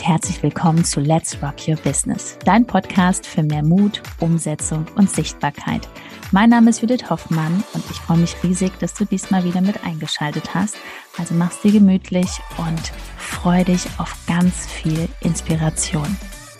und herzlich willkommen zu Let's Rock Your Business, dein Podcast für mehr Mut, Umsetzung und Sichtbarkeit. Mein Name ist Judith Hoffmann und ich freue mich riesig, dass du diesmal wieder mit eingeschaltet hast. Also mach's dir gemütlich und freu dich auf ganz viel Inspiration.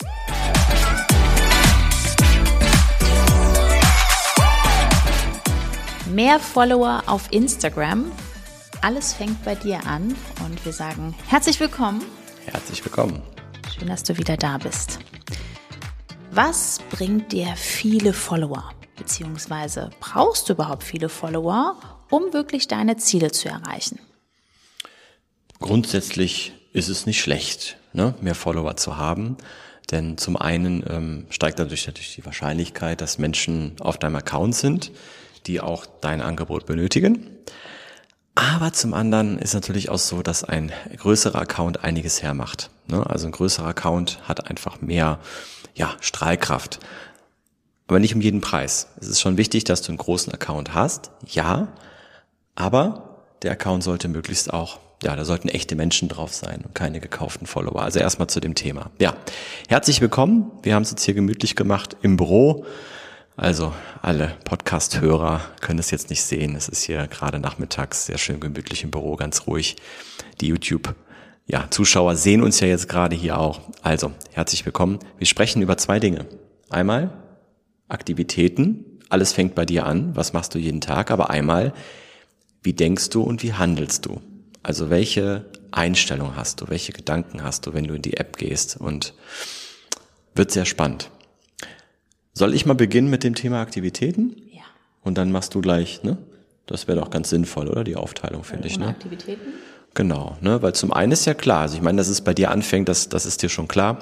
Mehr Follower auf Instagram. Alles fängt bei dir an und wir sagen herzlich willkommen. Herzlich willkommen. Schön, dass du wieder da bist. Was bringt dir viele Follower? Beziehungsweise brauchst du überhaupt viele Follower, um wirklich deine Ziele zu erreichen? Grundsätzlich ist es nicht schlecht, mehr Follower zu haben. Denn zum einen steigt dadurch natürlich die Wahrscheinlichkeit, dass Menschen auf deinem Account sind, die auch dein Angebot benötigen. Aber zum anderen ist natürlich auch so, dass ein größerer Account einiges hermacht. Also ein größerer Account hat einfach mehr Strahlkraft. Aber nicht um jeden Preis. Es ist schon wichtig, dass du einen großen Account hast, ja, aber der Account sollte möglichst auch, da sollten echte Menschen drauf sein und keine gekauften Follower. Also erstmal zu dem Thema. Ja, herzlich willkommen. Wir haben es jetzt hier gemütlich gemacht im Büro. Also alle Podcast-Hörer können es jetzt nicht sehen. Es ist hier gerade nachmittags sehr schön gemütlich im Büro, ganz ruhig. Die YouTube-Zuschauer sehen uns ja jetzt gerade hier auch. Also herzlich willkommen. Wir sprechen über zwei Dinge. Einmal Aktivitäten. Alles fängt bei dir an. Was machst du jeden Tag? Aber einmal, wie denkst du und wie handelst du? Also welche Einstellung hast du? Welche Gedanken hast du, wenn du in die App gehst? Und wird sehr spannend. Soll ich mal beginnen mit dem Thema Aktivitäten? Ja. Und dann machst du gleich, Das wäre doch ganz sinnvoll, oder? Die Aufteilung, finde ich, Aktivitäten? Genau, weil zum einen ist ja klar, also ich meine, dass es bei dir anfängt, das ist dir schon klar,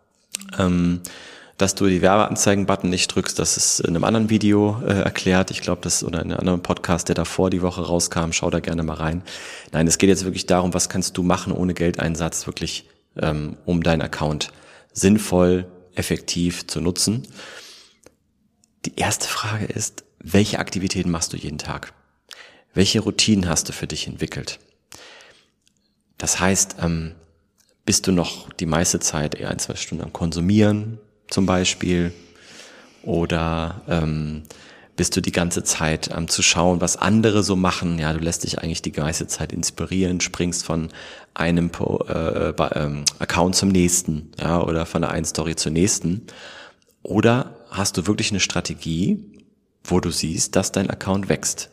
dass du die Werbeanzeigen-Button nicht drückst, das ist in einem anderen Video erklärt, ich glaube, oder in einem anderen Podcast, der davor die Woche rauskam, schau da gerne mal rein. Nein, es geht jetzt wirklich darum, was kannst du machen ohne Geldeinsatz, wirklich, um deinen Account sinnvoll, effektiv zu nutzen. Die erste Frage ist, welche Aktivitäten machst du jeden Tag? Welche Routinen hast du für dich entwickelt? Das heißt, bist du noch die meiste Zeit eher 1-2 Stunden am Konsumieren zum Beispiel? Oder bist du die ganze Zeit zu schauen, was andere so machen? Ja, du lässt dich eigentlich die meiste Zeit inspirieren, springst von einem Account zum nächsten, oder von der einen Story zur nächsten. Oder hast du wirklich eine Strategie, wo du siehst, dass dein Account wächst?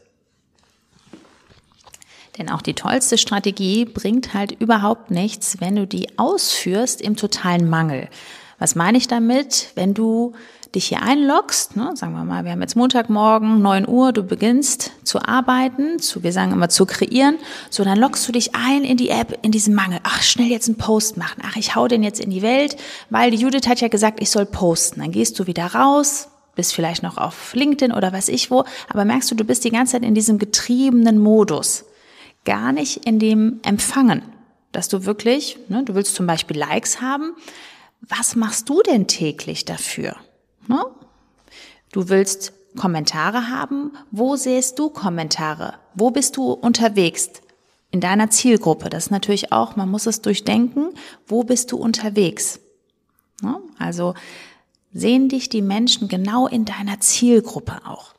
Denn auch die tollste Strategie bringt halt überhaupt nichts, wenn du die ausführst im totalen Mangel. Was meine ich damit? Wenn du dich hier einloggst, sagen wir mal, wir haben jetzt Montagmorgen, 9 Uhr, du beginnst zu arbeiten, wir sagen immer zu kreieren, so dann loggst du dich ein in die App, in diesen Mangel. Ach, schnell jetzt einen Post machen. Ach, ich hau den jetzt in die Welt, weil die Judith hat ja gesagt, ich soll posten. Dann gehst du wieder raus, bist vielleicht noch auf LinkedIn oder weiß ich wo, aber merkst du bist die ganze Zeit in diesem getriebenen Modus. Gar nicht in dem Empfangen, dass du wirklich, du willst zum Beispiel Likes haben. Was machst du denn täglich dafür? Du willst Kommentare haben. Wo siehst du Kommentare? Wo bist du unterwegs? In deiner Zielgruppe. Das ist natürlich auch, man muss es durchdenken. Wo bist du unterwegs? Also sehen dich die Menschen genau in deiner Zielgruppe auch.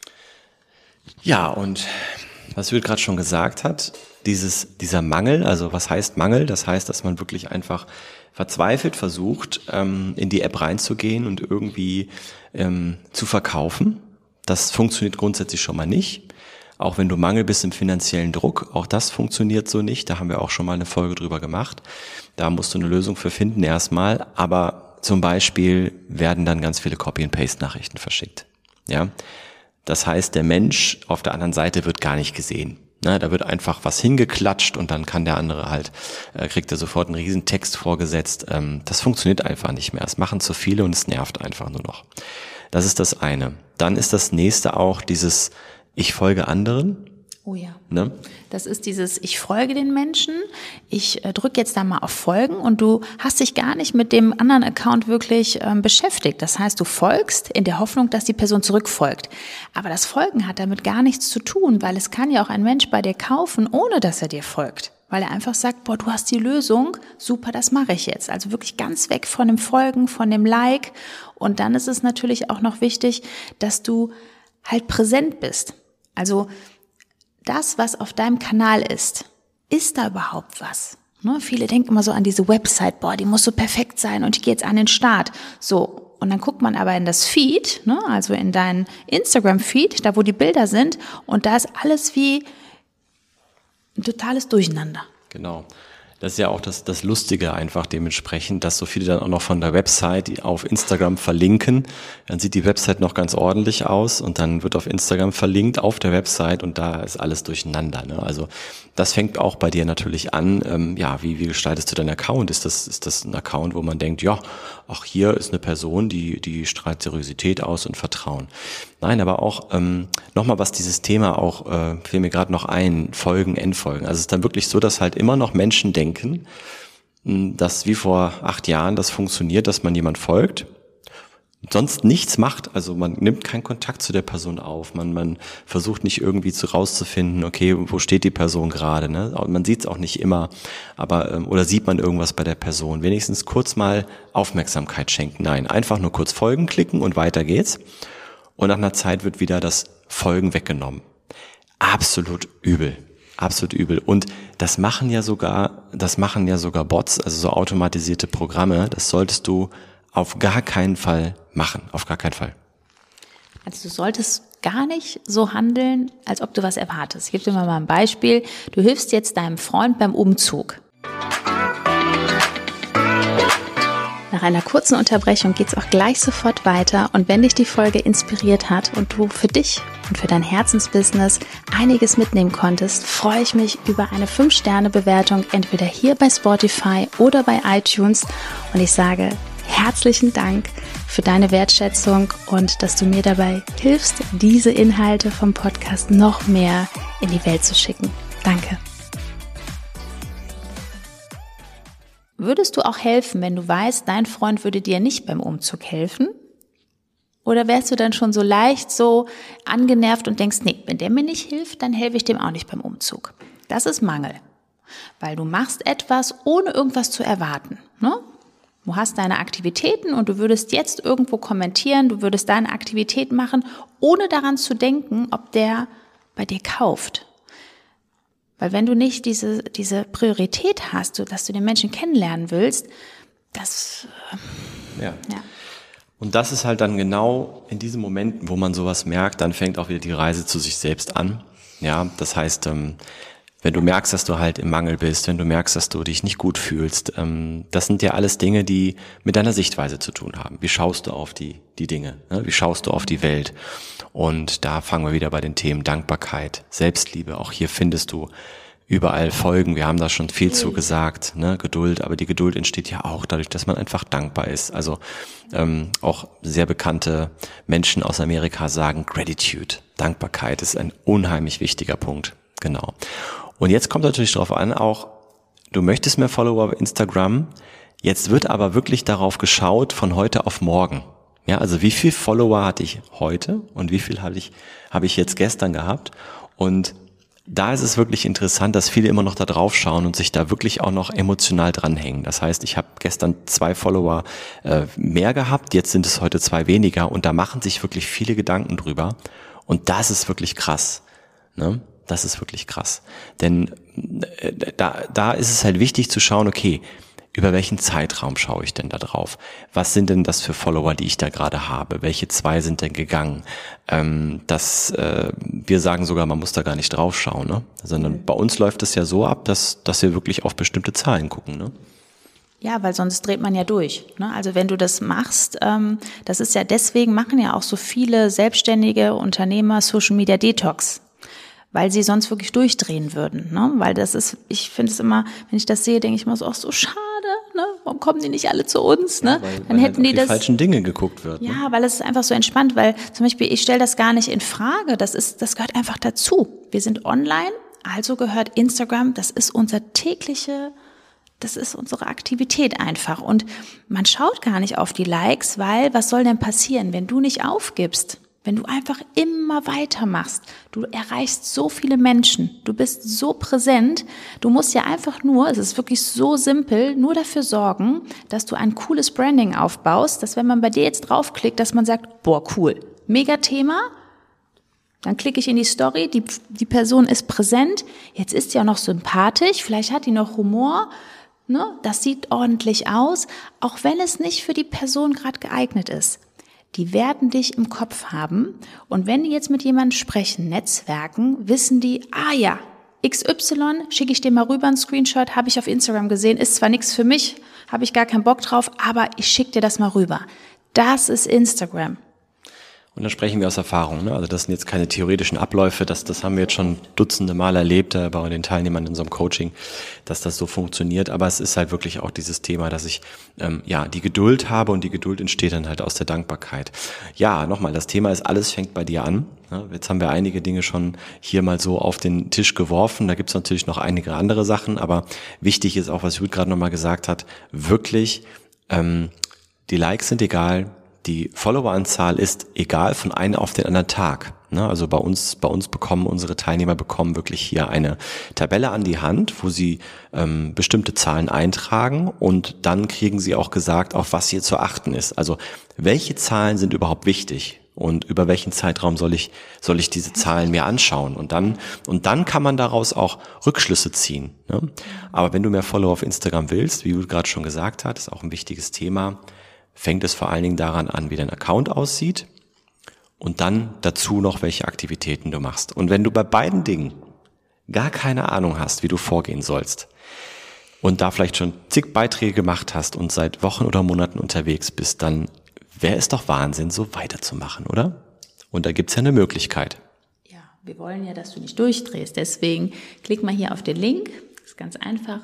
Ja, und was Judith gerade schon gesagt hat, dieser Mangel, also was heißt Mangel? Das heißt, dass man wirklich einfach verzweifelt versucht, in die App reinzugehen und irgendwie zu verkaufen. Das funktioniert grundsätzlich schon mal nicht. Auch wenn du Mangel bist im finanziellen Druck, auch das funktioniert so nicht. Da haben wir auch schon mal eine Folge drüber gemacht. Da musst du eine Lösung für finden erstmal. Aber zum Beispiel werden dann ganz viele Copy-and-Paste-Nachrichten verschickt. Ja, das heißt, der Mensch auf der anderen Seite wird gar nicht gesehen. Da wird einfach was hingeklatscht und dann kann der andere kriegt er sofort einen riesen Text vorgesetzt. Das funktioniert einfach nicht mehr. Es machen zu viele und es nervt einfach nur noch. Das ist das eine. Dann ist das nächste auch dieses Ich folge anderen. Oh ja. Das ist dieses, ich folge den Menschen, ich drücke jetzt da mal auf Folgen und du hast dich gar nicht mit dem anderen Account wirklich beschäftigt. Das heißt, du folgst in der Hoffnung, dass die Person zurückfolgt. Aber das Folgen hat damit gar nichts zu tun, weil es kann ja auch ein Mensch bei dir kaufen, ohne dass er dir folgt. weil er einfach sagt, boah, du hast die Lösung, super, das mache ich jetzt. Also wirklich ganz weg von dem Folgen, von dem Like. Und dann ist es natürlich auch noch wichtig, dass du halt präsent bist. Also das, was auf deinem Kanal ist da überhaupt was? Ne? Viele denken immer so an diese Website, boah, die muss so perfekt sein und ich gehe jetzt an den Start. So, und dann guckt man aber in das Feed, ne? Also in deinen Instagram-Feed, da wo die Bilder sind, und da ist alles wie ein totales Durcheinander. Genau. Das ist ja auch das Lustige einfach dementsprechend, dass so viele dann auch noch von der Website auf Instagram verlinken. Dann sieht die Website noch ganz ordentlich aus und dann wird auf Instagram verlinkt auf der Website und da ist alles durcheinander. Ne? Also das fängt auch bei dir natürlich an. Wie gestaltest du deinen Account? Ist das ein Account, wo man denkt, ja, ach, hier ist eine Person, die strahlt Seriosität aus und Vertrauen. Nein, aber auch nochmal, was dieses Thema auch, fiel mir gerade noch ein, Folgen, Endfolgen. Also es ist dann wirklich so, dass halt immer noch Menschen denken, dass wie vor 8 Jahren das funktioniert, dass man jemand folgt, sonst nichts macht, also man nimmt keinen Kontakt zu der Person auf, man versucht nicht irgendwie rauszufinden, okay, wo steht die Person gerade, ne? Man sieht es auch nicht immer, aber oder sieht man irgendwas bei der Person, wenigstens kurz mal Aufmerksamkeit schenken. Nein, einfach nur kurz Folgen klicken und weiter geht's. Und nach einer Zeit wird wieder das Folgen weggenommen. Absolut übel. Absolut übel. Und das machen ja sogar Bots, also so automatisierte Programme. Das solltest du auf gar keinen Fall machen. Auf gar keinen Fall. Also du solltest gar nicht so handeln, als ob du was erwartest. Ich gebe dir mal ein Beispiel. Du hilfst jetzt deinem Freund beim Umzug. Nach einer kurzen Unterbrechung geht's auch gleich sofort weiter. Und wenn dich die Folge inspiriert hat und du für dich und für dein Herzensbusiness einiges mitnehmen konntest, freue ich mich über eine 5-Sterne-Bewertung, entweder hier bei Spotify oder bei iTunes. Und ich sage herzlichen Dank für deine Wertschätzung und dass du mir dabei hilfst, diese Inhalte vom Podcast noch mehr in die Welt zu schicken. Danke. Würdest du auch helfen, wenn du weißt, dein Freund würde dir nicht beim Umzug helfen? Oder wärst du dann schon so leicht so angenervt und denkst, nee, wenn der mir nicht hilft, dann helfe ich dem auch nicht beim Umzug. Das ist Mangel, weil du machst etwas, ohne irgendwas zu erwarten. Ne? Du hast deine Aktivitäten und du würdest jetzt irgendwo kommentieren, du würdest deine Aktivität machen, ohne daran zu denken, ob der bei dir kauft. Weil wenn du nicht diese Priorität hast, dass du den Menschen kennenlernen willst, das... Ja. Und das ist halt dann genau in diesen Momenten, wo man sowas merkt, dann fängt auch wieder die Reise zu sich selbst an. Ja, das heißt, wenn du merkst, dass du halt im Mangel bist, wenn du merkst, dass du dich nicht gut fühlst, das sind ja alles Dinge, die mit deiner Sichtweise zu tun haben. Wie schaust du auf die Dinge? Ne? Wie schaust du auf die Welt? Und da fangen wir wieder bei den Themen Dankbarkeit, Selbstliebe. Auch hier findest du überall Folgen. Wir haben da schon viel zu gesagt, ne? Geduld. Aber die Geduld entsteht ja auch dadurch, dass man einfach dankbar ist. Also auch sehr bekannte Menschen aus Amerika sagen Gratitude. Dankbarkeit ist ein unheimlich wichtiger Punkt. Genau. Und jetzt kommt natürlich darauf an, auch du möchtest mehr Follower auf Instagram. Jetzt wird aber wirklich darauf geschaut von heute auf morgen. Ja, also wie viel Follower hatte ich heute und wie viel habe ich jetzt gestern gehabt? Und da ist es wirklich interessant, dass viele immer noch da drauf schauen und sich da wirklich auch noch emotional dranhängen. Das heißt, ich habe gestern 2 Follower mehr gehabt, jetzt sind es heute 2 weniger und da machen sich wirklich viele Gedanken drüber. Und das ist wirklich krass, ne? Das ist wirklich krass. Denn da ist es halt wichtig zu schauen, okay, über welchen Zeitraum schaue ich denn da drauf? Was sind denn das für Follower, die ich da gerade habe? Welche 2 sind denn gegangen? Wir sagen sogar, man muss da gar nicht drauf schauen, ne? Sondern bei uns läuft es ja so ab, dass wir wirklich auf bestimmte Zahlen gucken, ne? Ja, weil sonst dreht man ja durch. Ne? Also wenn du das machst, das ist ja deswegen, machen ja auch so viele selbstständige Unternehmer Social Media Detox, weil sie sonst wirklich durchdrehen würden. Ne? Weil das ist, ich finde es immer, wenn ich das sehe, denke ich immer so, ach so schade, ne? Warum kommen die nicht alle zu uns? Ne? Ja, dann hätten halt die das falschen Dinge geguckt wird. Ne? Ja, weil es ist einfach so entspannt, weil zum Beispiel, ich stelle das gar nicht in Frage, das gehört einfach dazu. Wir sind online, also gehört Instagram, das ist unsere Aktivität einfach. Und man schaut gar nicht auf die Likes, weil was soll denn passieren, wenn du nicht aufgibst? Wenn du einfach immer weitermachst, du erreichst so viele Menschen, du bist so präsent, du musst ja einfach nur, es ist wirklich so simpel, nur dafür sorgen, dass du ein cooles Branding aufbaust, dass wenn man bei dir jetzt draufklickt, dass man sagt, boah, cool, mega Thema, dann klicke ich in die Story, die Person ist präsent, jetzt ist sie auch noch sympathisch, vielleicht hat die noch Humor, ne? Das sieht ordentlich aus, auch wenn es nicht für die Person gerade geeignet ist. Die werden dich im Kopf haben und wenn die jetzt mit jemandem sprechen, Netzwerken, wissen die, ja, XY, schicke ich dir mal rüber einen Screenshot, habe ich auf Instagram gesehen, ist zwar nichts für mich, habe ich gar keinen Bock drauf, aber ich schicke dir das mal rüber. Das ist Instagram. Und dann sprechen wir aus Erfahrung, ne? Also das sind jetzt keine theoretischen Abläufe, das haben wir jetzt schon dutzende Mal erlebt bei den Teilnehmern in unserem Coaching, dass das so funktioniert. Aber es ist halt wirklich auch dieses Thema, dass ich die Geduld habe und die Geduld entsteht dann halt aus der Dankbarkeit. Ja, nochmal, das Thema ist, alles fängt bei dir an. Jetzt haben wir einige Dinge schon hier mal so auf den Tisch geworfen. Da gibt's natürlich noch einige andere Sachen, aber wichtig ist auch, was Judith gerade nochmal gesagt hat, wirklich, die Likes sind egal. Die Followeranzahl ist egal von einem auf den anderen Tag. Also bei uns bekommen unsere Teilnehmer wirklich hier eine Tabelle an die Hand, wo sie bestimmte Zahlen eintragen und dann kriegen sie auch gesagt, auf was hier zu achten ist. Also welche Zahlen sind überhaupt wichtig und über welchen Zeitraum soll ich diese Zahlen mir anschauen und dann kann man daraus auch Rückschlüsse ziehen. Ne? Aber wenn du mehr Follower auf Instagram willst, wie du gerade schon gesagt hast, ist auch ein wichtiges Thema, fängt es vor allen Dingen daran an, wie dein Account aussieht und dann dazu noch, welche Aktivitäten du machst. Und wenn du bei beiden Dingen gar keine Ahnung hast, wie du vorgehen sollst und da vielleicht schon zig Beiträge gemacht hast und seit Wochen oder Monaten unterwegs bist, dann wäre es doch Wahnsinn, so weiterzumachen, oder? Und da gibt's ja eine Möglichkeit. Ja, wir wollen ja, dass du nicht durchdrehst. Deswegen klick mal hier auf den Link. Das ist ganz einfach.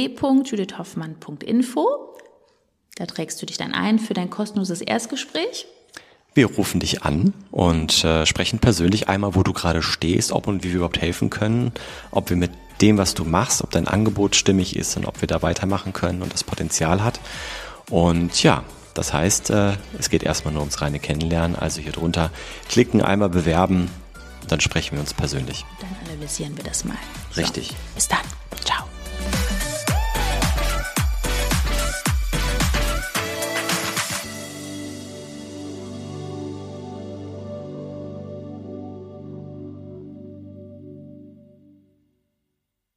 www.judithhoffmann.info. Da trägst du dich dann ein für dein kostenloses Erstgespräch. Wir rufen dich an und sprechen persönlich einmal, wo du gerade stehst, ob und wie wir überhaupt helfen können, ob wir mit dem, was du machst, ob dein Angebot stimmig ist und ob wir da weitermachen können und das Potenzial hat. Und ja, das heißt, es geht erstmal nur ums reine Kennenlernen. Also hier drunter klicken, einmal bewerben, dann sprechen wir uns persönlich. Dann analysieren wir das mal. Richtig. So, bis dann. Ciao.